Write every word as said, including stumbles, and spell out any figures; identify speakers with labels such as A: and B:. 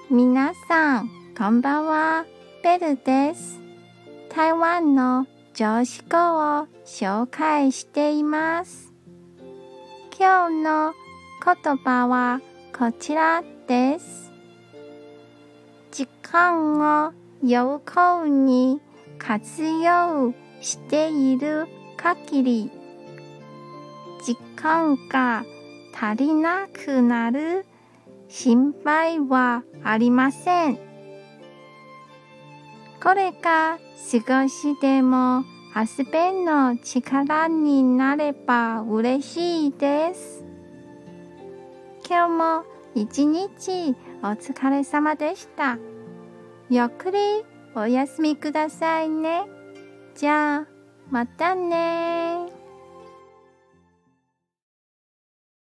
A: 皆さん、こんばんは。ベルです。台湾の常識語を紹介しています。今日の言葉はこちらです。時間を有効に活用している限り、時間が足りなくなる心配はありません。これが少しでも遊びの力になれば嬉しいです。今日も一日お疲れ様でした。ゆっくりお休みくださいね。じゃあ、またね。